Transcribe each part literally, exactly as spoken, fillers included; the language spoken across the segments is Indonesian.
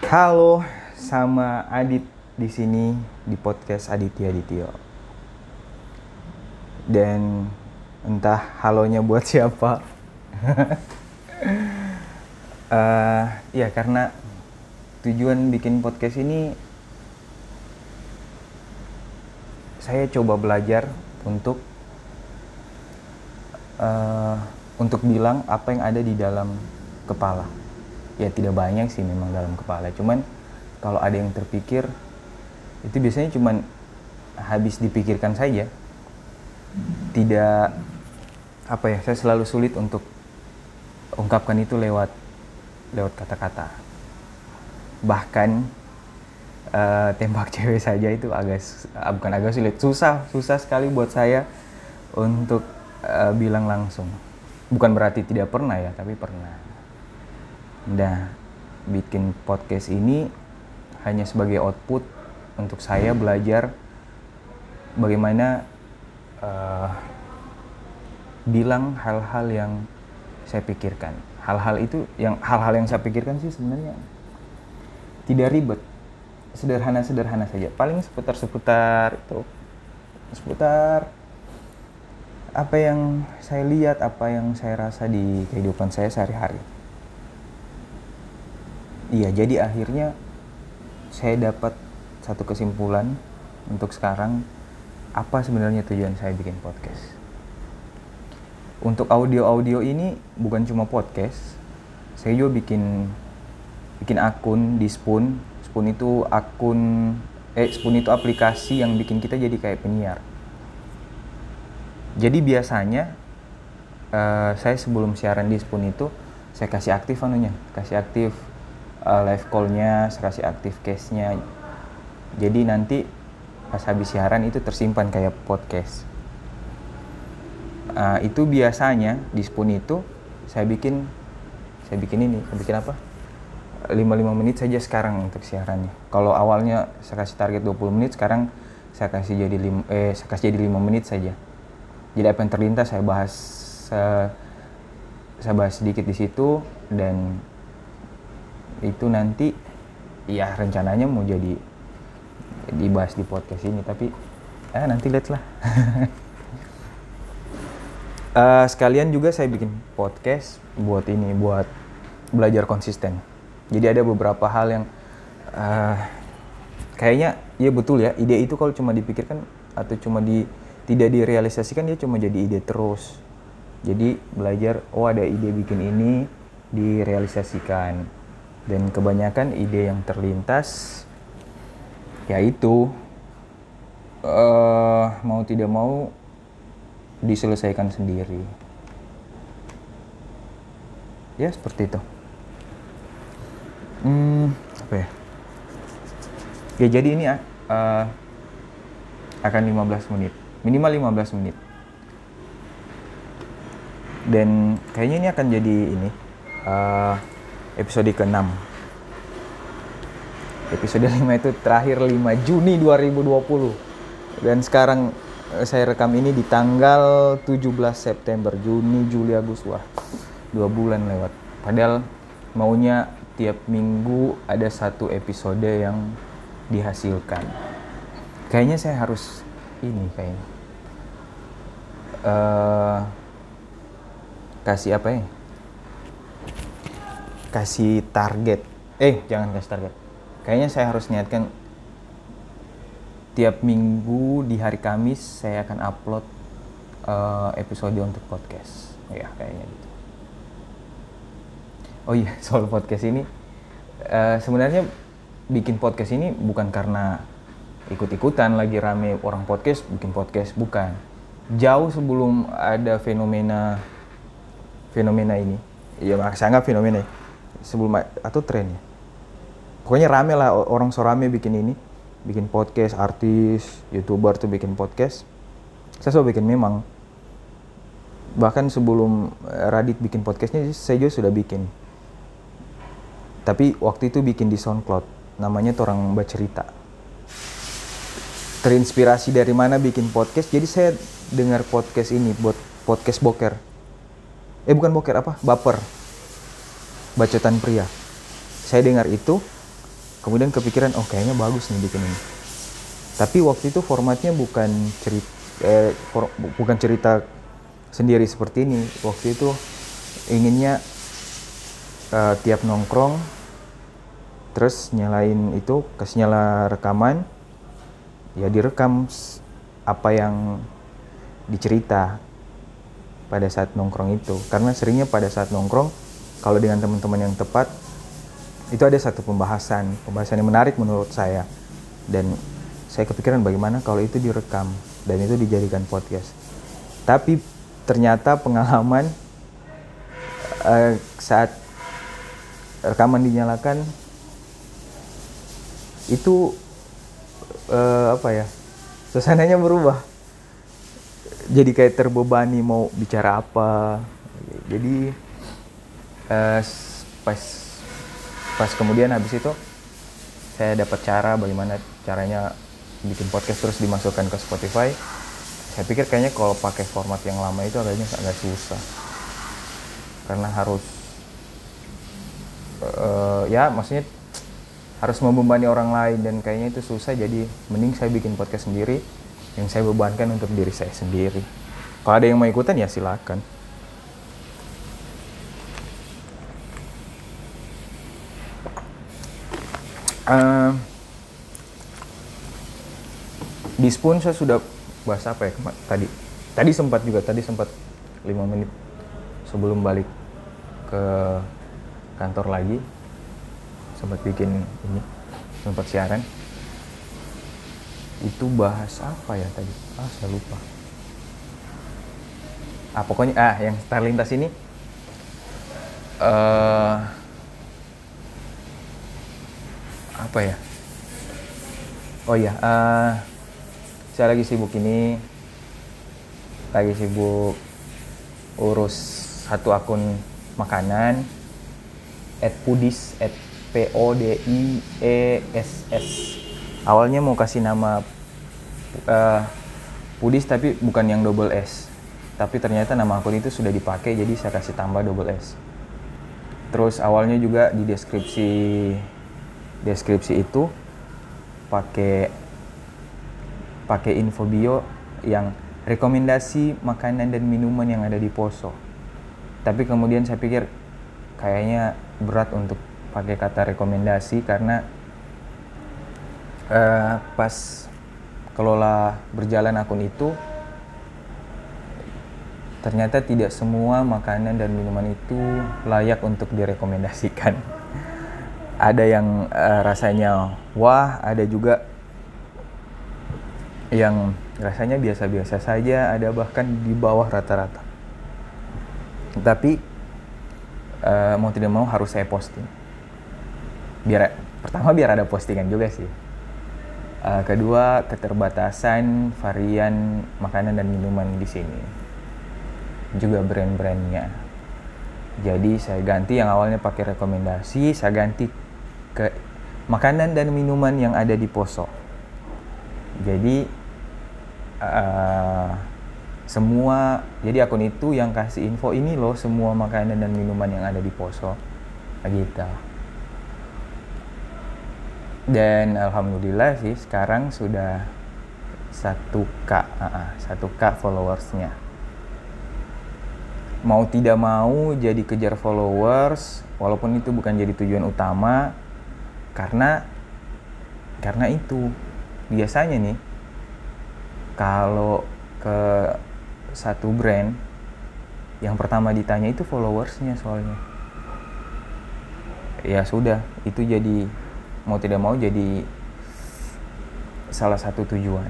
Halo, sama Adit di sini di podcast Aditya Adityo. Dan entah halonya buat siapa. uh, ya karena tujuan bikin podcast ini saya coba belajar untuk uh, untuk bilang apa yang ada di dalam kepala. Ya tidak banyak sih memang dalam kepala, cuman kalau ada yang terpikir itu biasanya cuman habis dipikirkan saja. Tidak apa ya, saya selalu sulit untuk ungkapkan itu lewat lewat kata-kata. Bahkan uh, tembak cewek saja itu agak uh, bukan agak sulit, susah susah sekali buat saya untuk uh, bilang langsung. Bukan berarti tidak pernah ya, tapi pernah. Nah, bikin podcast ini hanya sebagai output untuk saya belajar bagaimana uh, bilang hal-hal yang saya pikirkan. Hal-hal itu yang hal-hal yang saya pikirkan sih sebenarnya tidak ribet, sederhana-sederhana saja. Paling seputar-seputar itu, seputar apa yang saya lihat, apa yang saya rasa di kehidupan saya sehari-hari. Iya, jadi akhirnya saya dapat satu kesimpulan untuk sekarang apa sebenarnya tujuan saya bikin podcast. Untuk audio-audio ini bukan cuma podcast, saya juga bikin bikin akun di Spoon. Spoon itu akun eh Spoon itu aplikasi yang bikin kita jadi kayak penyiar. Jadi biasanya uh, saya sebelum siaran di Spoon itu saya kasih aktif anunya, kasih aktif Uh, live call-nya, saya kasih aktif case-nya. Jadi nanti pas habis siaran itu tersimpan kayak podcast. Uh, itu biasanya di Spoon itu saya bikin saya bikin ini, saya bikin apa? lima puluh lima menit saja sekarang untuk siarannya. Kalau awalnya saya kasih target dua puluh menit, sekarang saya kasih jadi lima, eh saya kasih jadi lima menit saja. Jadi apa yang terlintas saya bahas uh, saya bahas sedikit di situ, dan itu nanti ya rencananya mau jadi dibahas di podcast ini, tapi eh nanti lihat lah. uh, sekalian juga saya bikin podcast buat ini, buat belajar konsisten. Jadi ada beberapa hal yang uh, kayaknya ya betul ya, ide itu kalau cuma dipikirkan atau cuma di tidak direalisasikan dia cuma jadi ide terus. Jadi belajar, oh ada ide bikin ini, direalisasikan. Dan kebanyakan ide yang terlintas yaitu uh, mau tidak mau diselesaikan sendiri. Ya seperti itu. Hmm, apa ya? Ya jadi ini uh, akan lima belas menit, minimal lima belas menit. Dan kayaknya ini akan jadi ini. Uh, episode keenam. Episode lima itu terakhir lima Juni dua ribu dua puluh. Dan sekarang saya rekam ini di tanggal tujuh belas September. Juni, Juli, Agustus. Wah, dua bulan lewat. Padahal maunya tiap minggu ada satu episode yang dihasilkan. Kayaknya saya harus ini kayaknya. Uh, kasih apa ya? Kasih target. Eh, jangan kasih target. Kayaknya saya harus niatkan tiap minggu di hari Kamis saya akan upload uh, episode untuk podcast. Ya, kayaknya gitu. Oh iya, soal podcast ini uh, sebenarnya bikin podcast ini bukan karena ikut-ikutan lagi rame orang podcast bikin podcast, bukan. Jauh sebelum ada fenomena fenomena ini. Iya, saya anggap fenomena ya. Sebelum atau tren ya, pokoknya rame lah orang so rame bikin ini, bikin podcast, artis, youtuber tuh bikin podcast. Saya selalu bikin memang. Bahkan sebelum Radit bikin podcastnya, saya juga sudah bikin. Tapi waktu itu bikin di SoundCloud, namanya Torang Bercerita. Terinspirasi dari mana bikin podcast? Jadi saya dengar podcast ini, buat podcast boker. Eh bukan boker apa? Baper. Bacotan pria. Saya dengar itu, kemudian kepikiran, oh kayaknya bagus nih bikin ini. Tapi waktu itu formatnya bukan cerita, eh, for, bukan cerita sendiri seperti ini. Waktu itu inginnya uh, tiap nongkrong, terus nyalain itu, kasih nyala rekaman, ya direkam apa yang dicerita pada saat nongkrong itu. Karena seringnya pada saat nongkrong, kalau dengan teman-teman yang tepat, itu ada satu pembahasan, pembahasan yang menarik menurut saya. Dan saya kepikiran bagaimana kalau itu direkam dan itu dijadikan podcast. Tapi ternyata pengalaman uh, saat rekaman dinyalakan itu uh, apa ya, suasananya berubah. Jadi kayak terbebani mau bicara apa. Jadi uh, pas pas kemudian habis itu saya dapat cara bagaimana caranya bikin podcast terus dimasukkan ke Spotify. Saya pikir kayaknya kalau pakai format yang lama itu agaknya agak susah, karena harus uh, ya maksudnya harus membebani orang lain dan kayaknya itu susah. Jadi mending saya bikin podcast sendiri yang saya bebankan untuk diri saya sendiri. Kalau ada yang mau ikutan ya silakan. Uh, di Spoon saya sudah bahas apa ya tadi? Tadi sempat juga, tadi sempat lima menit sebelum balik ke kantor lagi, sempat bikin ini, sempat siaran. Itu bahas apa ya tadi? Ah, saya lupa. Ah, pokoknya ah yang Star Lintas ini uh, apa ya? Oh iya, uh, saya lagi sibuk ini, lagi sibuk urus satu akun makanan, at pudis, at p o d i e s s. Awalnya mau kasih nama uh, Pudis tapi bukan yang double S. Tapi ternyata nama akun itu sudah dipakai, jadi saya kasih tambah double S. Terus awalnya juga di deskripsi deskripsi itu pakai pakai info bio yang rekomendasi makanan dan minuman yang ada di Poso. Tapi kemudian saya pikir kayaknya berat untuk pakai kata rekomendasi karena uh, pas kelola berjalan akun itu ternyata tidak semua makanan dan minuman itu layak untuk direkomendasikan. Ada yang uh, rasanya wah, ada juga yang rasanya biasa-biasa saja, ada bahkan di bawah rata-rata. Tapi uh, mau tidak mau harus saya posting. Biar pertama biar ada postingan juga sih. Uh, kedua, keterbatasan varian makanan dan minuman di sini. Juga brand-brandnya. Jadi saya ganti yang awalnya pakai rekomendasi, saya ganti ke makanan dan minuman yang ada di Poso. Jadi uh, semua, jadi akun itu yang kasih info ini loh semua makanan dan minuman yang ada di Poso, gitu. Dan alhamdulillah sih sekarang sudah satu k, uh, satu k followersnya. Mau tidak mau jadi kejar followers, walaupun itu bukan jadi tujuan utama, karena karena itu biasanya nih kalau ke satu brand yang pertama ditanya itu followersnya soalnya. Ya sudah, itu jadi mau tidak mau jadi salah satu tujuan.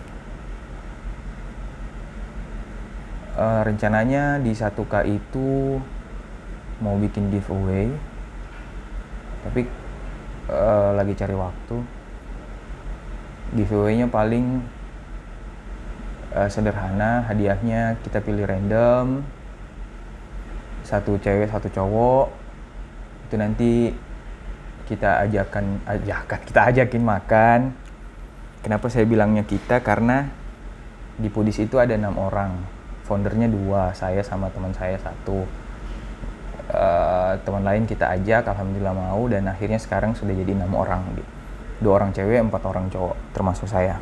Uh, rencananya di satu k itu mau bikin giveaway, tapi uh, lagi cari waktu. Giveaway-nya paling uh, sederhana, hadiahnya kita pilih random, satu cewek satu cowok, itu nanti kita ajakan ajakan kita ajakin makan. Kenapa saya bilangnya kita? Karena di Pudis itu ada enam orang, foundernya dua, saya sama teman saya satu. uh, teman lain kita ajak, alhamdulillah mau, dan akhirnya sekarang sudah jadi enam orang, dua orang cewek, empat orang cowok, termasuk saya.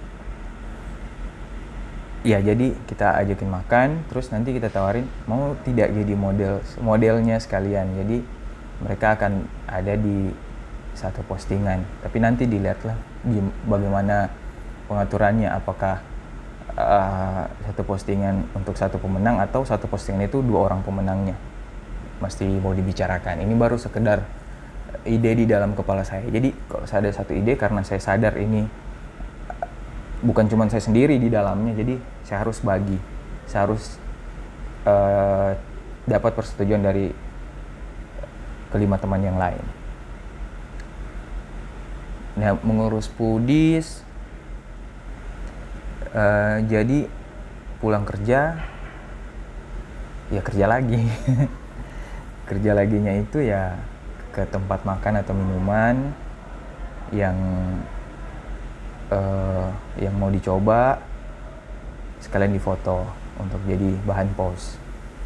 Ya, jadi kita ajakin makan, terus nanti kita tawarin mau tidak jadi model modelnya sekalian. Jadi mereka akan ada di satu postingan, tapi nanti dilihatlah bagaimana pengaturannya, apakah uh, satu postingan untuk satu pemenang atau satu postingan itu dua orang pemenangnya. Mesti mau dibicarakan. Ini baru sekedar ide di dalam kepala saya. Jadi kalau saya ada satu ide, karena saya sadar ini bukan cuma saya sendiri di dalamnya, jadi saya harus bagi, saya harus uh, dapat persetujuan dari kelima teman yang lain. Nah, mengurus pudis, uh, jadi pulang kerja, ya kerja lagi. Kerja laginya itu ya ke tempat makan atau minuman yang Uh, yang mau dicoba, sekalian difoto untuk jadi bahan post.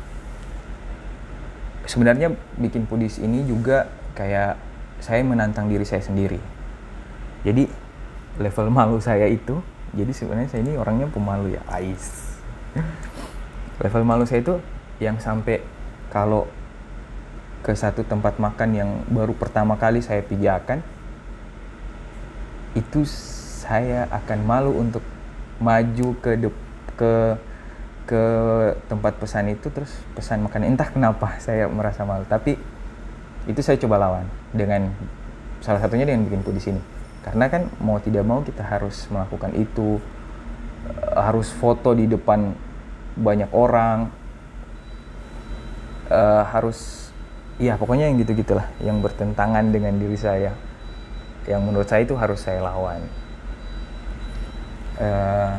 Sebenarnya bikin pudis ini juga kayak saya menantang diri saya sendiri. Jadi level malu saya itu, jadi sebenarnya saya ini orangnya pemalu ya, ais. Level malu saya itu yang sampai kalau ke satu tempat makan yang baru pertama kali saya pijakan, itu saya akan malu untuk maju ke de- ke ke tempat pesan itu, terus pesan makan. Entah kenapa saya merasa malu, tapi itu saya coba lawan dengan salah satunya dengan bikin pudis ini. Karena kan mau tidak mau kita harus melakukan itu, harus foto di depan banyak orang, uh, harus ya pokoknya yang gitu-gitulah, yang bertentangan dengan diri saya, yang menurut saya itu harus saya lawan. Uh,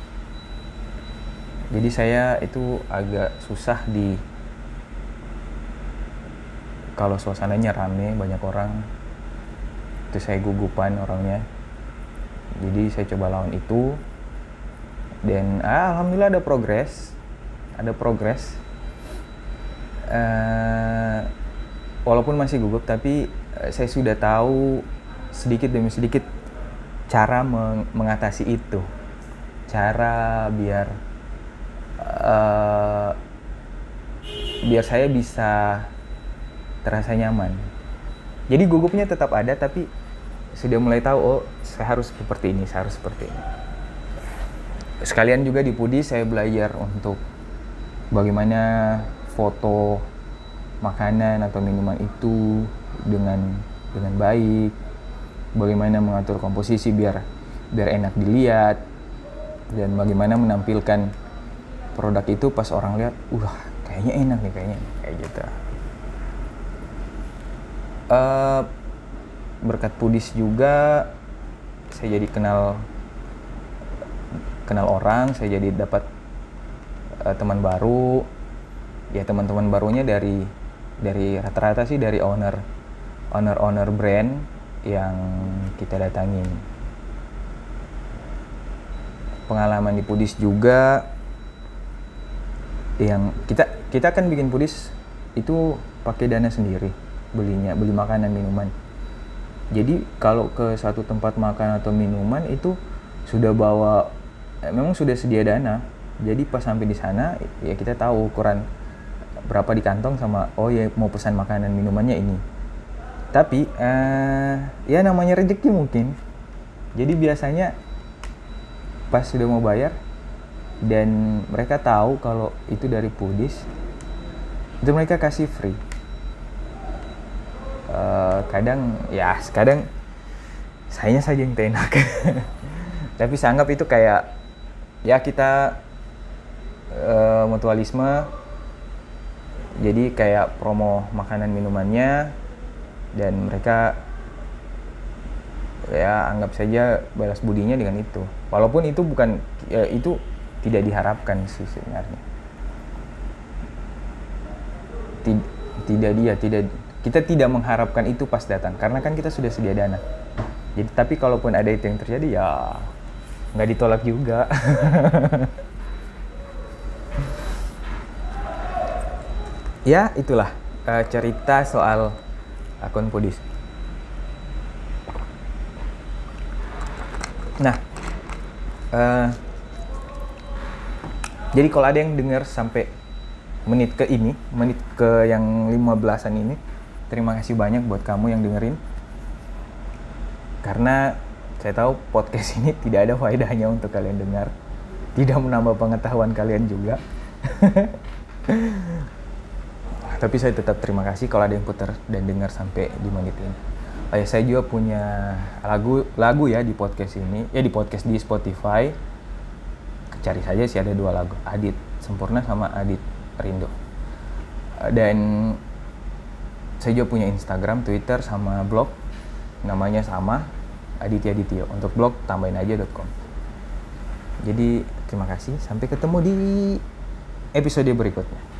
jadi saya itu agak susah di kalau suasananya rame banyak orang, itu saya gugupan orangnya. Jadi saya coba lawan itu, dan ah, alhamdulillah ada progres, ada progres. Uh, walaupun masih gugup, tapi uh, saya sudah tahu sedikit demi sedikit cara meng- mengatasi itu, cara biar uh, biar saya bisa terasa nyaman. Jadi gugupnya tetap ada, tapi sudah mulai tahu, oh saya harus seperti ini, saya harus seperti ini. Sekalian juga di pudis saya belajar untuk bagaimana foto makanan atau minuman itu dengan dengan baik, bagaimana mengatur komposisi biar biar enak dilihat, dan bagaimana menampilkan produk itu pas orang lihat, wah kayaknya enak nih, kayaknya kayak gitu. Uh, berkat pudis juga saya jadi kenal kenal orang, saya jadi dapat uh, teman baru. Ya teman-teman barunya dari dari rata-rata sih dari owner owner owner brand yang kita datangin. Pengalaman di pudis juga yang kita kita kan bikin pudis itu pakai dana sendiri, belinya beli makanan minuman. Jadi kalau ke satu tempat makan atau minuman itu sudah bawa eh, memang sudah sedia dana. Jadi pas sampai di sana ya kita tahu ukuran berapa di kantong sama oh ya mau pesan makanan minumannya ini. Tapi uh, ya namanya rezeki mungkin. Jadi biasanya pas sudah mau bayar dan mereka tahu kalau itu dari pudis, itu mereka kasih free. Uh, kadang ya kadang sayanya saja yang tenak. Tapi saya anggap itu kayak ya kita uh, mutualisme. Jadi kayak promo makanan minumannya, dan mereka ya anggap saja balas budinya dengan itu. Walaupun itu bukan ya, itu tidak diharapkan sih sebenarnya. Tid- tidak dia tidak kita tidak mengharapkan itu pas datang, karena kan kita sudah sedia dana. Jadi tapi kalaupun ada itu yang terjadi ya nggak ditolak juga. Ya itulah uh, cerita soal akun Pudis. Nah, uh, jadi kalau ada yang dengar sampai menit ke ini, menit ke yang lima belasan ini, terima kasih banyak buat kamu yang dengerin. Karena saya tahu podcast ini tidak ada faedahnya untuk kalian dengar, tidak menambah pengetahuan kalian juga. Tapi saya tetap terima kasih kalau ada yang putar dan dengar sampai di menit ini. Oh ya, saya juga punya lagu lagu ya di podcast ini, ya di podcast di Spotify. Cari saja sih, ada dua lagu, Adit Sempurna sama Adit Rindu. Dan saya juga punya Instagram, Twitter, sama blog, namanya sama, Aditya Dityo. Untuk blog tambahin aja .com. Jadi terima kasih, sampai ketemu di episode berikutnya.